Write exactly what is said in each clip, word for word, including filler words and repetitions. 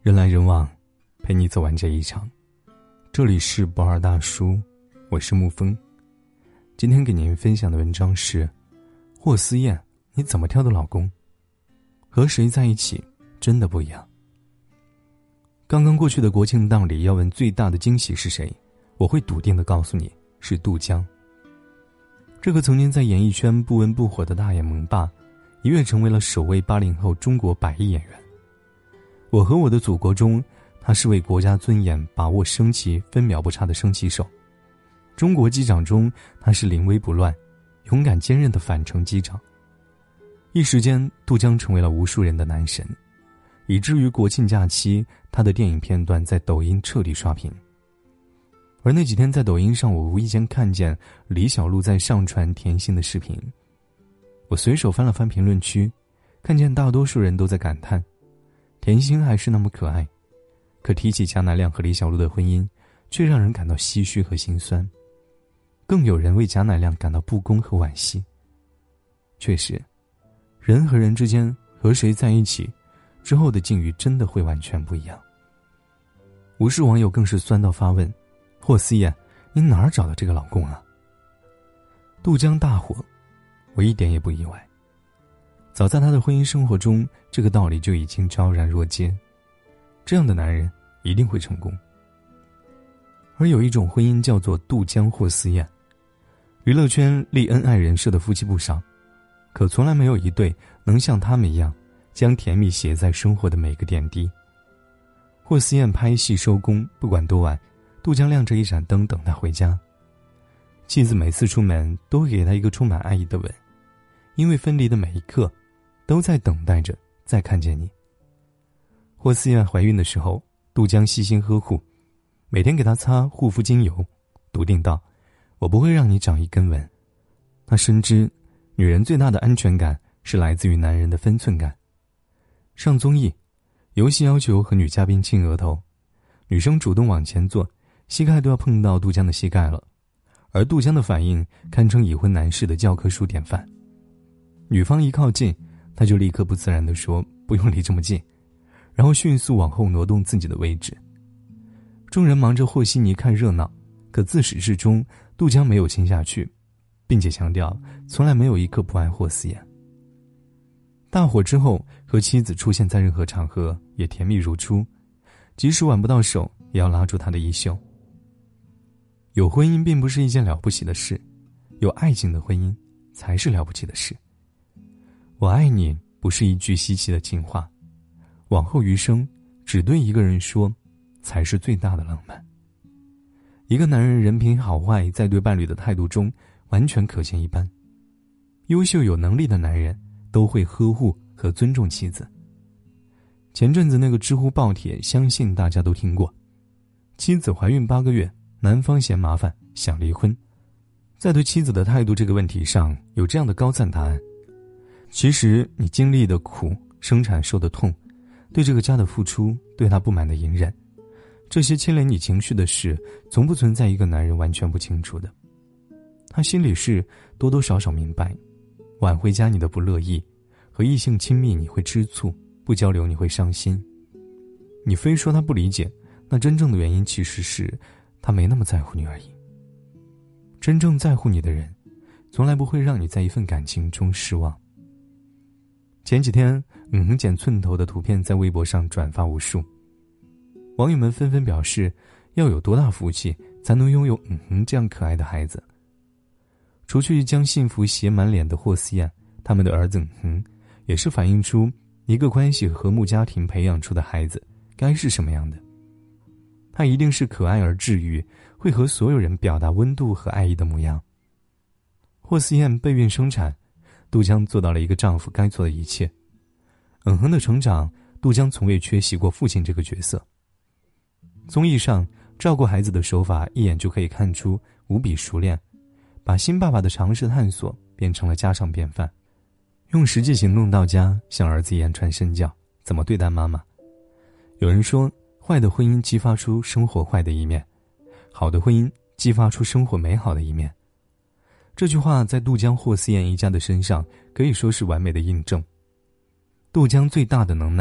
人来人往，陪你走完这一场。这里是博尔大叔，我是沐风。今天给您分享的文章是霍思燕，你怎么挑的老公？和谁在一起真的不一样。刚刚过去的国庆档里，要问最大的惊喜是谁，我会笃定地告诉你，是杜江。这个曾经在演艺圈不温不火的大眼萌爸，一跃成为了首位八零后中国百亿演员。我和我的祖国中，他是为国家尊严把握升旗分秒不差的升旗手。中国机长中，他是临危不乱、勇敢坚韧的返程机长。一时间，杜江成为了无数人的男神，以至于国庆假期，他的电影片段在抖音彻底刷屏。而那几天在抖音上，我无意间看见李小璐在上传甜心的视频，我随手翻了翻评论区，看见大多数人都在感叹甜心还是那么可爱，可提起贾乃亮和李小璐的婚姻，却让人感到唏嘘和心酸。更有人为贾乃亮感到不公和惋惜。确实，人和人之间和谁在一起之后的境遇真的会完全不一样。无数网友更是酸到发问，霍思燕，你哪儿找的这个老公啊？杜江大火，我一点也不意外。早在他的婚姻生活中，这个道理就已经昭然若揭。这样的男人一定会成功。而有一种婚姻叫做杜江霍思燕。娱乐圈立恩爱人设的夫妻不少，可从来没有一对能像他们一样将甜蜜写在生活的每个点滴。霍思燕拍戏收工，不管多晚，杜江亮着一盏灯等他回家。妻子每次出门都会给他一个充满爱意的吻，因为分离的每一刻都在等待着再看见你。霍思燕怀孕的时候，杜江细心呵护，每天给她擦护肤精油，笃定道，我不会让你长一根纹。他深知女人最大的安全感是来自于男人的分寸感。上综艺，游戏要求和女嘉宾亲额头，女生主动往前坐，膝盖都要碰到杜江的膝盖了，而杜江的反应堪称已婚男士的教科书典范。女方一靠近，他就立刻不自然地说，不用离这么近，然后迅速往后挪动自己的位置。众人忙着和稀泥看热闹，可自始至终杜江没有亲下去，并且强调从来没有一刻不爱霍思燕。大火之后，和妻子出现在任何场合也甜蜜如初，即使挽不到手也要拉住她的衣袖。有婚姻并不是一件了不起的事，有爱情的婚姻才是了不起的事。我爱你不是一句稀奇的情话，往后余生只对一个人说，才是最大的浪漫。一个男人人品好坏在对伴侣的态度中完全可见一斑。优秀有能力的男人都会呵护和尊重妻子。前阵子那个知乎爆帖，相信大家都听过，妻子怀孕八个月，男方嫌麻烦想离婚。在对妻子的态度这个问题上，有这样的高赞答案：其实你经历的苦，生产受的痛，对这个家的付出，对他不满的隐忍，这些牵连你情绪的事，从不存在一个男人完全不清楚的。他心里是多多少少明白，晚回家你的不乐意，和异性亲密你会吃醋，不交流你会伤心。你非说他不理解，那真正的原因其实是他没那么在乎你而已。真正在乎你的人，从来不会让你在一份感情中失望。前几天嗯哼剪寸头的图片在微博上转发无数，网友们纷纷表示，要有多大福气才能拥有嗯哼这样可爱的孩子。除去将幸福写满脸的霍思燕，他们的儿子嗯哼也是反映出一个关系和睦家庭培养出的孩子该是什么样的。他一定是可爱而治愈，会和所有人表达温度和爱意的模样。霍思燕备孕生产，杜江做到了一个丈夫该做的一切。嗯哼的成长，杜江从未缺席过父亲这个角色。综艺上照顾孩子的手法一眼就可以看出无比熟练，把新爸爸的尝试探索变成了家常便饭，用实际行动到家向儿子言传身教怎么对待妈妈。有人说，坏的婚姻激发出生活坏的一面，好的婚姻激发出生活美好的一面。这句话在杜江霍思燕一家的身上可以说是完美的印证。杜江最大的能耐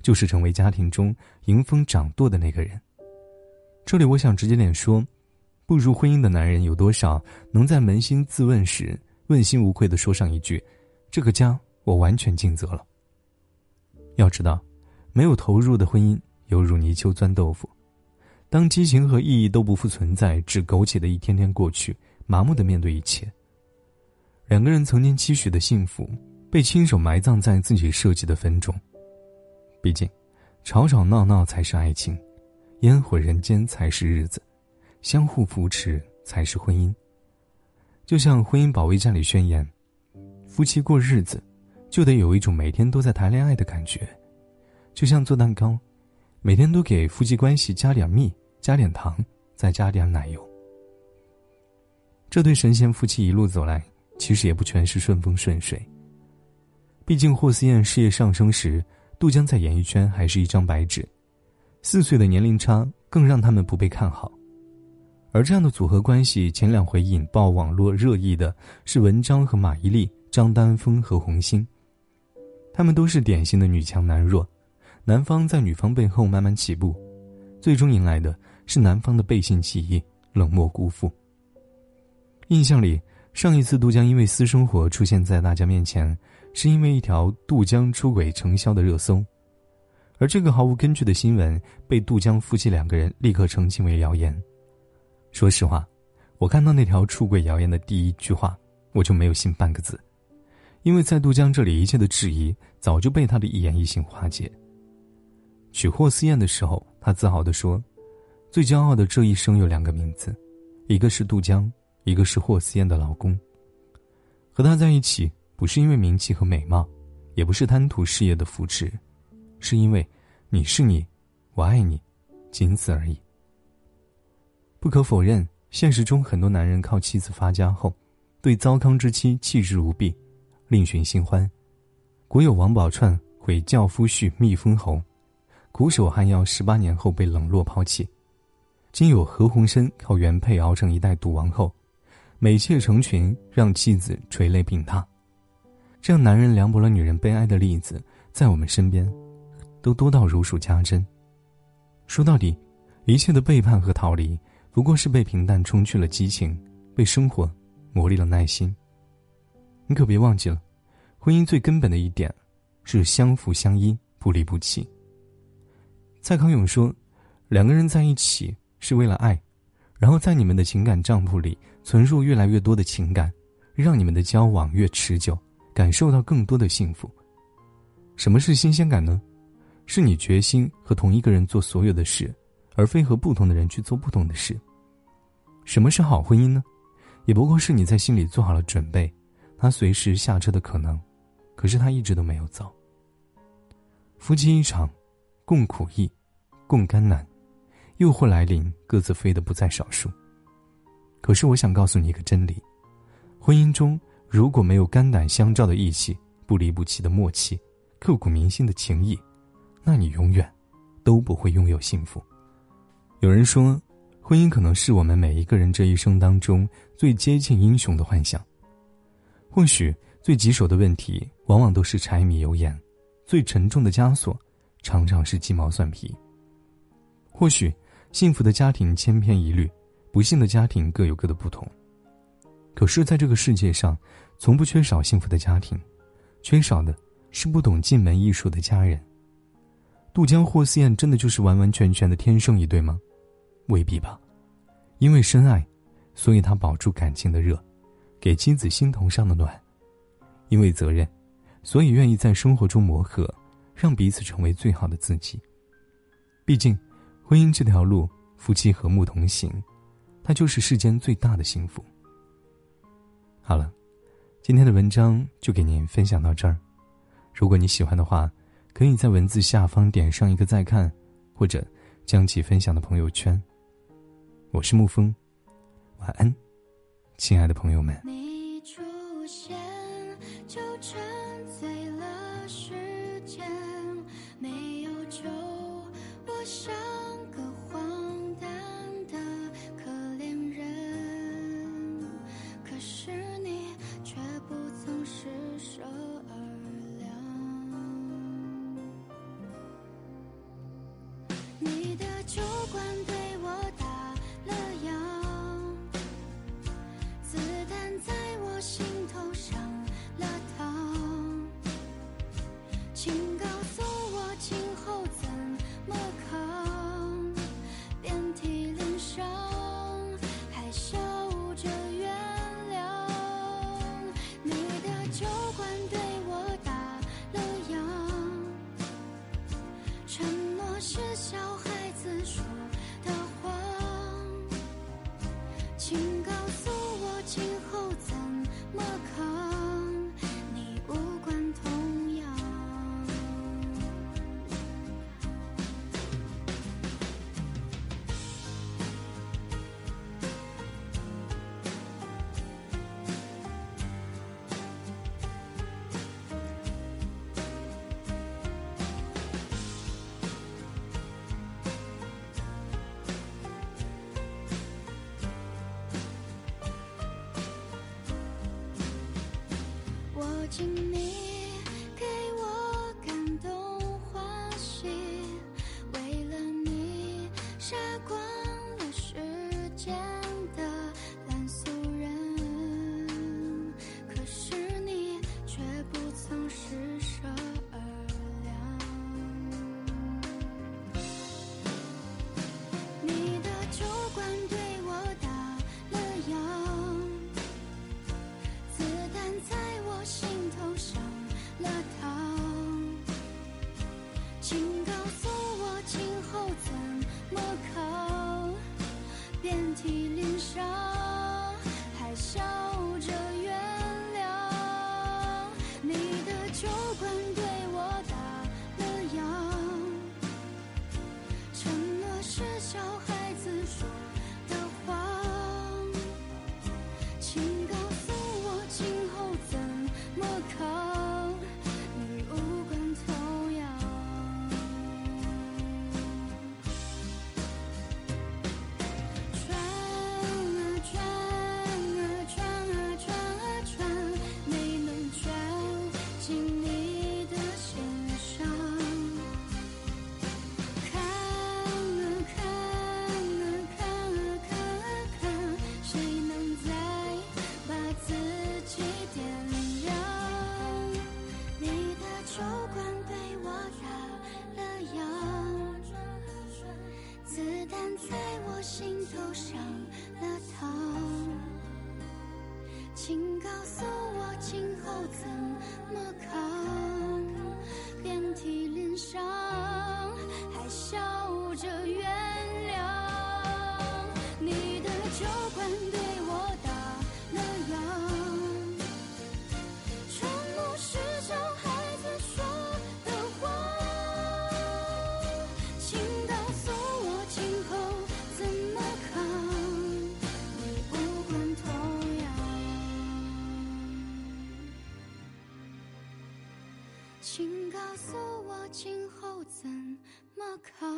就是成为家庭中迎风掌舵的那个人。这里我想直接点说，步入婚姻的男人有多少能在扪心自问时问心无愧地说上一句，这个家我完全尽责了。要知道，没有投入的婚姻犹如泥鳅钻豆腐，当激情和意义都不复存在，只苟且的一天天过去，麻木地面对一切。两个人曾经期许的幸福被亲手埋葬在自己设计的坟中。毕竟吵吵闹闹才是爱情，烟火人间才是日子，相互扶持才是婚姻。就像婚姻保卫战里宣言，夫妻过日子就得有一种每天都在谈恋爱的感觉，就像做蛋糕，每天都给夫妻关系加点蜜，加点糖，再加点奶油。这对神仙夫妻一路走来，其实也不全是顺风顺水。毕竟霍思燕事业上升时，杜江在演艺圈还是一张白纸，四岁的年龄差更让他们不被看好。而这样的组合关系，前两回引爆网络热议的是文章和马伊琍、张丹峰和洪星。他们都是典型的女强男弱，男方在女方背后慢慢起步，最终迎来的是男方的背信弃义、冷漠辜负。印象里，上一次杜江因为私生活出现在大家面前，是因为一条杜江出轨成销的热搜，而这个毫无根据的新闻被杜江夫妻两个人立刻澄清为谣言。说实话，我看到那条出轨谣言的第一句话，我就没有信半个字，因为在杜江这里，一切的质疑早就被他的一言一行化解。娶霍思燕的时候，他自豪地说，最骄傲的这一生有两个名字，一个是杜江，一个是霍思燕的老公。和他在一起，不是因为名气和美貌，也不是贪图事业的扶持，是因为你是你，我爱你，仅此而已。不可否认，现实中很多男人靠妻子发家后，对糟糠之妻弃之如敝，另寻新欢。国有王宝钏毁教夫婿蜜封侯，苦守汉药十八年后被冷落抛弃。今有何鸿燊靠原配熬成一代赌王后，美妾成群，让妻子垂泪病榻。这样男人凉薄了女人悲哀的例子，在我们身边都多到如数家珍。说到底，一切的背叛和逃离，不过是被平淡冲去了激情，被生活磨砺了耐心。你可别忘记了，婚姻最根本的一点是相扶相依，不离不弃。蔡康永说，两个人在一起是为了爱，然后在你们的情感账簿里存入越来越多的情感，让你们的交往越持久，感受到更多的幸福。什么是新鲜感呢？是你决心和同一个人做所有的事，而非和不同的人去做不同的事。什么是好婚姻呢？也不过是你在心里做好了准备，他随时下车的可能，可是他一直都没有走。夫妻一场，共苦役，共甘难，诱惑来临，各自飞得不在少数。可是我想告诉你一个真理，婚姻中如果没有肝胆相照的义气，不离不弃的默契，刻骨铭心的情谊，那你永远都不会拥有幸福。有人说，婚姻可能是我们每一个人这一生当中最接近英雄的幻想。或许最棘手的问题往往都是柴米油盐，最沉重的枷锁常常是鸡毛蒜皮。或许幸福的家庭千篇一律，不幸的家庭各有各的不同。可是在这个世界上，从不缺少幸福的家庭，缺少的是不懂进门艺术的家人。杜江霍思燕真的就是完完全全的天生一对吗？未必吧。因为深爱，所以他保住感情的热，给妻子心头上的暖。因为责任，所以愿意在生活中磨合，让彼此成为最好的自己。毕竟婚姻这条路，夫妻和睦同行，它就是世间最大的幸福。好了，今天的文章就给您分享到这儿。如果你喜欢的话，可以在文字下方点上一个再看，或者将其分享到朋友圈。我是沐风，晚安，亲爱的朋友们。 你出现就沉醉了时间，没有救，我像个荒诞的可怜人，可是你却不曾施舍而凉。 是小孩子说的谎，请告诉我今后怎么扛，你无关痛痒。我敬你给我感动欢喜，为了你杀光了世间的烂俗人，可是你却不曾施舍而良。你的酒馆对我打了烊，子弹在我心头上了膛，请告诉我今后怎么扛，遍体鳞伤还笑着原谅。你的酒馆对我打了烊，承诺是小孩子说的谎，请告诉我今后怎么扛，你无关痛痒。转啊转啊转啊转啊转，没能卷进你的心上。看啊看啊看啊看啊看，谁能再把自己点亮？你的酒馆对我打了烊，子弹在我心头上了膛，请告诉我今后怎么扛，遍体鳞伤还笑着原谅。你的酒馆对我打了烊，承诺是小孩子说的谎，请告诉我今后怎么扛，你无关痛痒。请告诉我今后怎么扛。